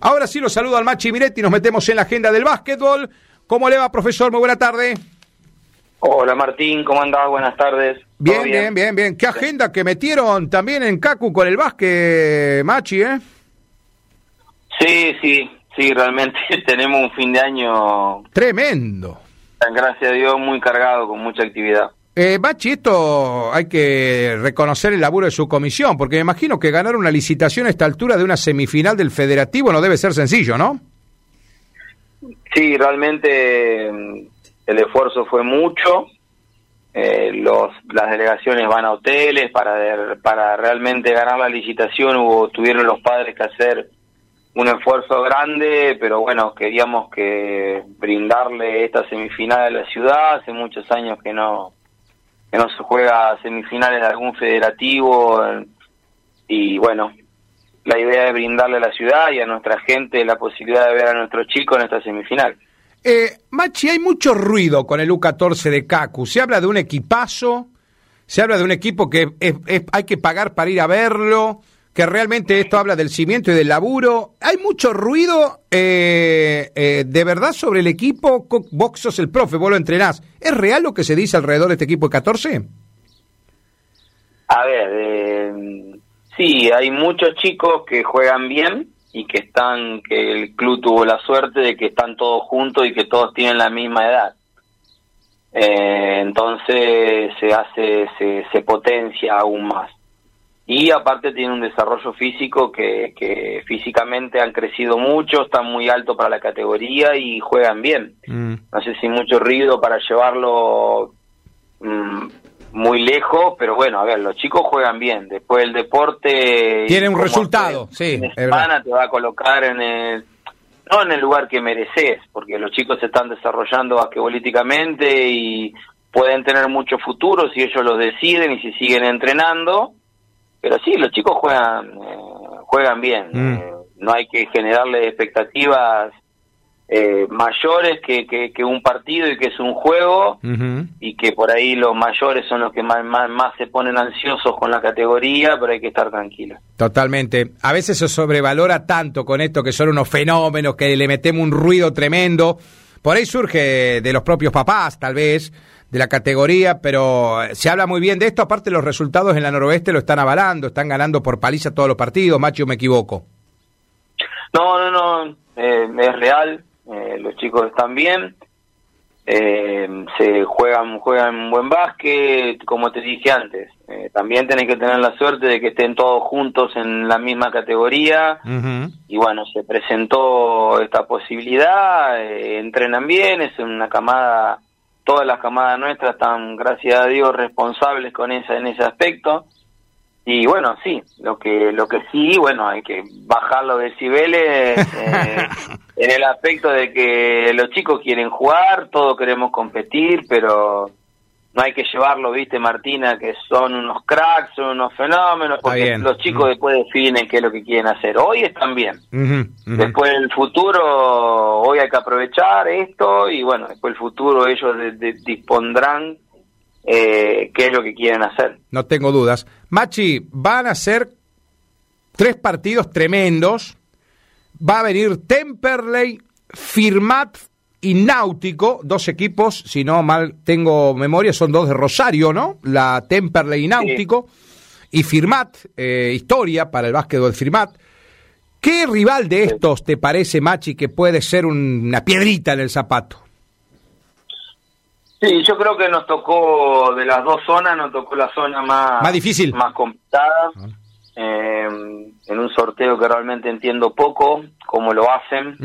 Ahora sí lo saludo al Machi Miretti, nos metemos en la agenda del básquetbol. ¿Cómo le va, profesor? Muy buena tarde. Hola Martín, ¿cómo andás? Buenas tardes. Bien. ¿Qué agenda que metieron también en Cacu con el básquet, Machi, Sí, realmente tenemos un fin de año tremendo. Gracias a Dios, muy cargado, con mucha actividad. Machi, esto hay que reconocer el laburo de su comisión, porque me imagino que ganar una licitación a esta altura de una semifinal del Federativo no debe ser sencillo, ¿no? Sí, realmente el esfuerzo fue mucho. Las delegaciones van a hoteles para realmente ganar la licitación. Tuvieron los padres que hacer un esfuerzo grande, pero bueno, queríamos que brindarle esta semifinal a la ciudad. Hace muchos años que no se juega semifinales de algún federativo, y bueno, la idea es brindarle a la ciudad y a nuestra gente la posibilidad de ver a nuestros chicos en esta semifinal. Machi, hay mucho ruido con el U14 de Cacu. Se habla de un equipazo, se habla de un equipo que hay que pagar para ir a verlo, que realmente esto habla del cimiento y del laburo. Hay mucho ruido de verdad sobre el equipo. Vos sos el profe, vos lo entrenás. ¿Es real lo que se dice alrededor de este equipo de 14? A ver, sí, hay muchos chicos que juegan bien y que el club tuvo la suerte de que están todos juntos y que todos tienen la misma edad. Entonces se potencia aún más. Y aparte tiene un desarrollo físico que físicamente han crecido mucho, están muy altos para la categoría y juegan bien. No sé si mucho ruido para llevarlo muy lejos, pero bueno, a ver, los chicos juegan bien. Después el deporte tiene un resultado, sí. Semana te va a colocar no en el lugar que mereces, porque los chicos se están desarrollando basquetbolísticamente y pueden tener mucho futuro si ellos lo deciden y si siguen entrenando. Pero sí, los chicos juegan bien. No hay que generarle expectativas mayores que un partido y que es un juego, y que por ahí los mayores son los que más se ponen ansiosos con la categoría, pero hay que estar tranquilos. Totalmente. A veces se sobrevalora tanto con esto, que son unos fenómenos, que le metemos un ruido tremendo. Por ahí surge de los propios papás, tal vez, de la categoría, pero se habla muy bien de esto. Aparte, los resultados en la Noroeste lo están avalando, están ganando por paliza todos los partidos. Machi, ¿o me equivoco? No, es real. Los chicos están bien, se juegan buen básquet, como te dije antes. También tenés que tener la suerte de que estén todos juntos en la misma categoría. Y bueno, se presentó esta posibilidad, entrenan bien, es una camada, todas las camadas nuestras están, gracias a Dios, responsables en ese aspecto. Y bueno, sí, lo que sí, bueno, hay que bajar los decibeles en el aspecto de que los chicos quieren jugar, todos queremos competir, pero no hay que llevarlo, viste, Martina, que son unos cracks, son unos fenómenos, porque los chicos después definen qué es lo que quieren hacer. Hoy están bien. Después el futuro, hoy hay que aprovechar esto, y bueno, después el futuro ellos dispondrán qué es lo que quieren hacer. No tengo dudas. Machi, van a ser 3 partidos tremendos. Va a venir Temperley, Firmat y Náutico, 2 equipos, si no mal tengo memoria, son 2 de Rosario, ¿no? La Temperley y Náutico, sí. Y Firmat, historia para el básquetbol Firmat. ¿Qué rival de estos te parece, Machi, que puede ser una piedrita en el zapato? Sí, yo creo que nos tocó, de las 2 zonas, nos tocó la zona más difícil, más complicada, en un sorteo que realmente entiendo poco cómo lo hacen,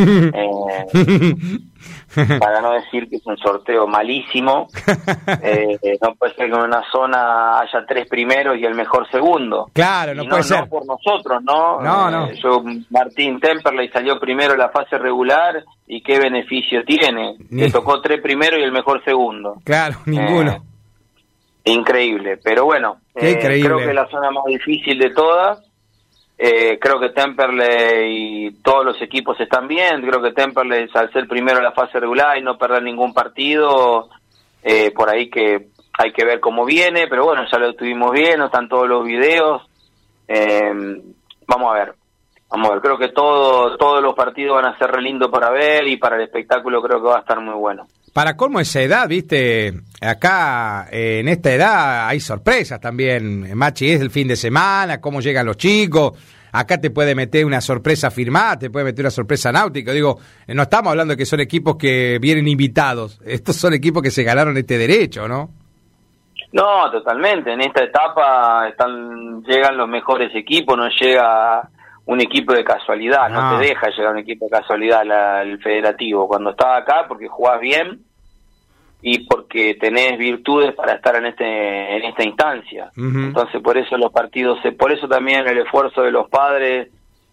para no decir que es un sorteo malísimo. No puede ser que en una zona haya 3 primeros y el mejor segundo. Claro, no puede ser. No por nosotros, ¿no? No. Martín Temperley salió primero en la fase regular, y qué beneficio tiene. Le tocó 3 primeros y el mejor segundo. Claro, ninguno. Increíble, pero bueno, creo que es la zona más difícil de todas. Creo que Temperley y todos los equipos están bien. Creo que Temperley, al ser primero en la fase regular y no perder ningún partido, por ahí que hay que ver cómo viene, pero bueno, ya lo estuvimos viendo, están todos los videos. Vamos a ver. Vamos a ver, creo que todos los partidos van a ser re lindos para ver, y para el espectáculo creo que va a estar muy bueno. Para colmo esa edad, viste, acá en esta edad hay sorpresas también, Machi, es el fin de semana, cómo llegan los chicos, acá te puede meter una sorpresa firmada, te puede meter una sorpresa náutica, digo, no estamos hablando de que son equipos que vienen invitados, estos son equipos que se ganaron este derecho, ¿no? No, totalmente, en esta etapa llegan los mejores equipos, no llega un equipo de casualidad, no te deja llegar un equipo de casualidad al federativo, cuando estás acá porque jugás bien y porque tenés virtudes para estar en esta instancia. Uh-huh. Entonces por eso los partidos, por eso también el esfuerzo de los padres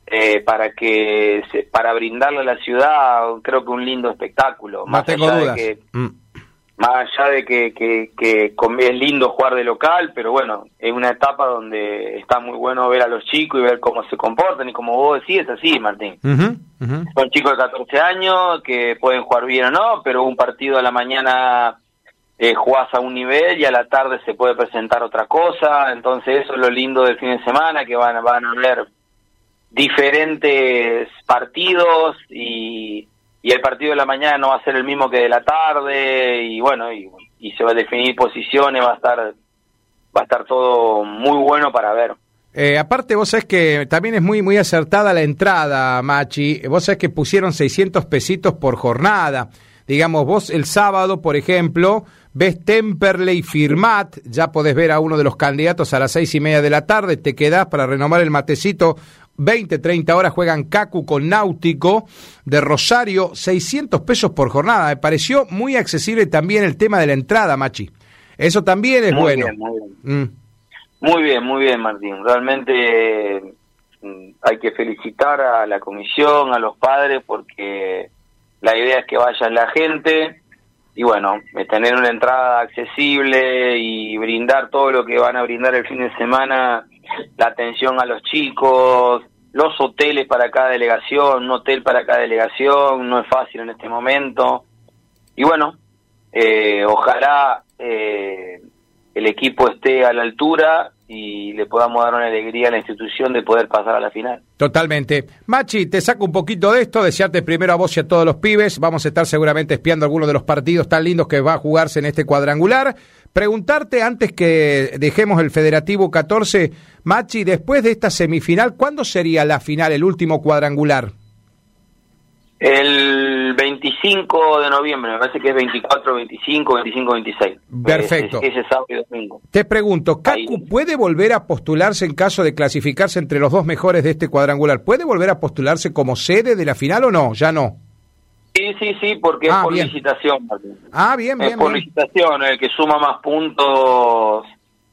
para brindarle a la ciudad, creo que un lindo espectáculo. No tengo dudas. Más allá de que es lindo jugar de local, pero bueno, es una etapa donde está muy bueno ver a los chicos y ver cómo se comportan, y como vos decís, es así, Martín. Uh-huh, uh-huh. Son chicos de 14 años que pueden jugar bien o no, pero un partido a la mañana jugás a un nivel y a la tarde se puede presentar otra cosa, entonces eso es lo lindo del fin de semana, que van a ver diferentes partidos, y el partido de la mañana no va a ser el mismo que de la tarde, y bueno, y se va a definir posiciones, va a estar todo muy bueno para ver. Aparte, vos sabés que también es muy acertada la entrada, Machi. Vos sabés que pusieron 600 pesitos por jornada. Digamos, vos el sábado, por ejemplo, ves Temperley Firmat, ya podés ver a uno de los candidatos a las 6:30 de la tarde, te quedás para renovar el matecito. 20-30 horas juegan Cacu con Náutico de Rosario, 600 pesos por jornada. Me pareció muy accesible también el tema de la entrada, Machi. Eso también es muy bueno. Bien, muy bien, Martín. Realmente hay que felicitar a la comisión, a los padres, porque la idea es que vaya la gente y bueno, tener una entrada accesible y brindar todo lo que van a brindar el fin de semana, la atención a los chicos, los hoteles para cada delegación, un hotel para cada delegación, no es fácil en este momento. Y bueno, ojalá el equipo esté a la altura y le podamos dar una alegría a la institución de poder pasar a la final. Totalmente. Machi, te saco un poquito de esto, desearte primero a vos y a todos los pibes, vamos a estar seguramente espiando algunos de los partidos tan lindos que va a jugarse en este cuadrangular. Preguntarte, antes que dejemos el Federativo 14, Machi, después de esta semifinal, ¿cuándo sería la final, el último cuadrangular? El 25 de noviembre, me parece que es 24, 25, 26. Perfecto. Ese sábado y domingo. Te pregunto, ¿Cacu puede volver a postularse en caso de clasificarse entre los dos mejores de este cuadrangular? ¿Puede volver a postularse como sede de la final o no? Ya no. Sí, porque es por licitación, Martín. Bien. Es por licitación, el que suma más puntos...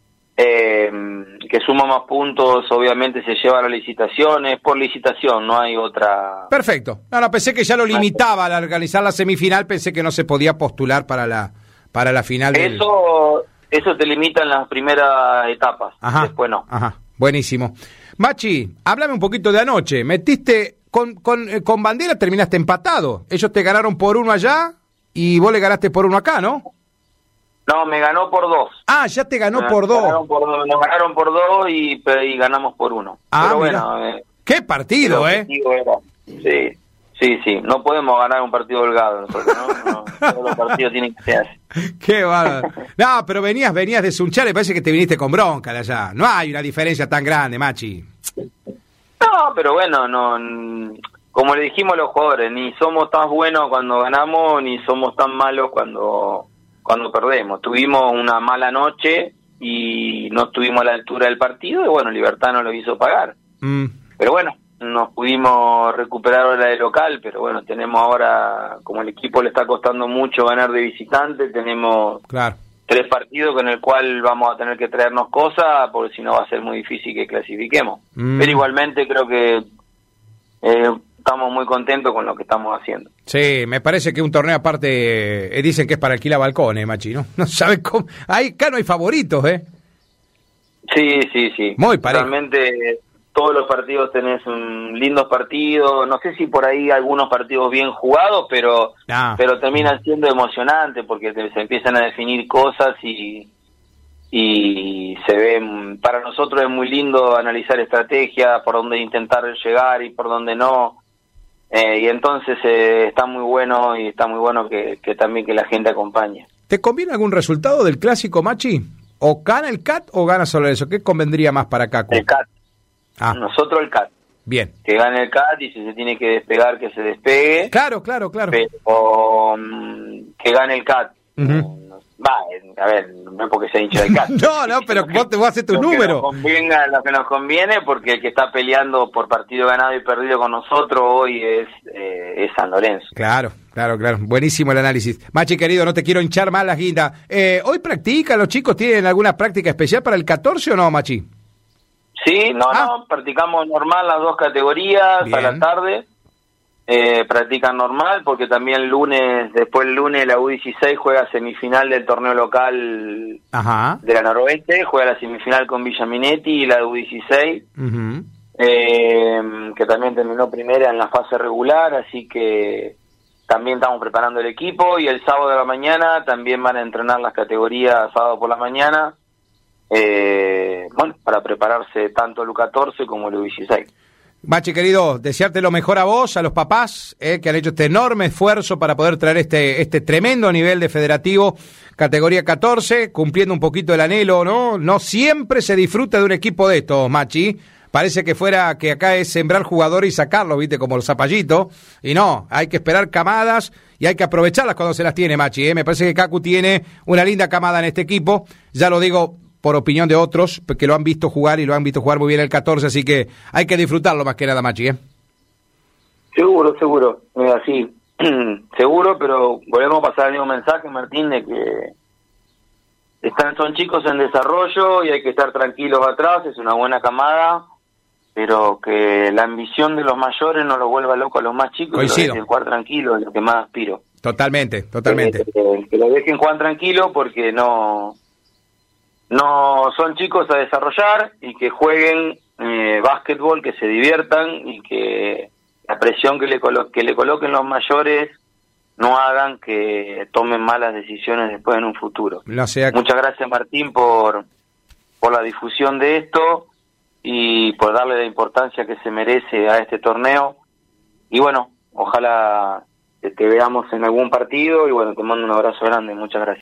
obviamente se lleva a las licitaciones, por licitación, no hay otra. Perfecto. No, pensé que ya lo limitaba al organizar la semifinal, pensé que no se podía postular para la final. Eso te limita en las primeras etapas, después no. Ajá, buenísimo. Machi, háblame un poquito de anoche. Metiste con Bandera, terminaste empatado. Ellos te ganaron por 1 allá y vos le ganaste por 1 acá, ¿no? No, me ganó por 2. Ya te ganó por 2. Nos ganaron por 2 y ganamos por 1. Pero bueno, qué partido, Sí. No podemos ganar un partido holgado nosotros, ¿no? Todos los partidos tienen que ser así. Qué bárbaro. No, pero venías de Sunchal, y parece que te viniste con bronca de allá. No hay una diferencia tan grande, Machi. No, pero bueno, no, como le dijimos a los jugadores, ni somos tan buenos cuando ganamos, ni somos tan malos cuando perdemos. Tuvimos una mala noche y no estuvimos a la altura del partido y bueno, Libertad nos lo hizo pagar. Pero bueno, nos pudimos recuperar ahora de local, pero bueno, tenemos ahora, como el equipo le está costando mucho ganar de visitante, tenemos 3 partidos con el cual vamos a tener que traernos cosas, porque si no va a ser muy difícil que clasifiquemos. Pero igualmente creo que estamos muy contentos con lo que estamos haciendo. Sí, me parece que un torneo aparte, dicen que es para alquilar balcones, Machi, ¿no? No sabes cómo. Acá no hay favoritos, Sí. Muy parejo. Realmente todos los partidos tenés lindos partidos, no sé si por ahí algunos partidos bien jugados, pero terminan siendo emocionantes porque se empiezan a definir cosas y y se ve, para nosotros es muy lindo analizar estrategias, por dónde intentar llegar y por dónde no, y entonces está muy bueno, y está muy bueno que también que la gente acompañe. ¿Te conviene algún resultado del clásico, Machi? ¿O gana el CAT o gana San Lorenzo? ¿Qué convendría más para Cacu? El CAT. Ah. Nosotros el CAT. Bien. Que gane el CAT, y si se tiene que despegar, que se despegue. Claro. Pero que gane el CAT. A ver, no es porque sea hincha del CAT. no, pero vos haces tu número. Lo que nos conviene, porque el que está peleando por partido ganado y perdido con nosotros hoy es San Lorenzo. Claro. Buenísimo el análisis. Machi, querido, no te quiero hinchar más las guindas. ¿Hoy practican los chicos? ¿Tienen alguna práctica especial para el 14 o no, Machi? Sí, no, practicamos normal las dos categorías. Bien. A la tarde. Practican normal, porque también después el lunes la U16 juega semifinal del torneo local. Ajá. De la Noroeste, juega la semifinal con Villa Minetti y la U16, que también terminó primera en la fase regular, así que también estamos preparando el equipo, y el sábado de la mañana también van a entrenar las categorías sábado por la mañana, para prepararse tanto el U14 como el U16. Machi, querido, desearte lo mejor a vos, a los papás, que han hecho este enorme esfuerzo para poder traer este tremendo nivel de federativo, categoría 14, cumpliendo un poquito el anhelo, ¿no? No siempre se disfruta de un equipo de estos, Machi. Parece que acá es sembrar jugadores y sacarlos, ¿viste? Como los zapallitos. Y no, hay que esperar camadas y hay que aprovecharlas cuando se las tiene, Machi, Me parece que Cacu tiene una linda camada en este equipo. Ya lo digo por opinión de otros, que lo han visto jugar y lo han visto jugar muy bien el 14, así que hay que disfrutarlo más que nada, Machi, Seguro, así, seguro, pero volvemos a pasar el mismo mensaje, Martín, de que son chicos en desarrollo y hay que estar tranquilos atrás, es una buena camada, pero que la ambición de los mayores no los vuelva locos a los más chicos. Coincido. Y lo dejen jugar tranquilo, es lo que más aspiro. Totalmente. Que lo dejen jugar tranquilo, porque no son chicos a desarrollar, y que jueguen básquetbol, que se diviertan, y que la presión que le coloquen los mayores no hagan que tomen malas decisiones después en un futuro. Muchas gracias, Martín, por la difusión de esto y por darle la importancia que se merece a este torneo. Y bueno, ojalá te veamos en algún partido, y bueno, te mando un abrazo grande. Muchas gracias.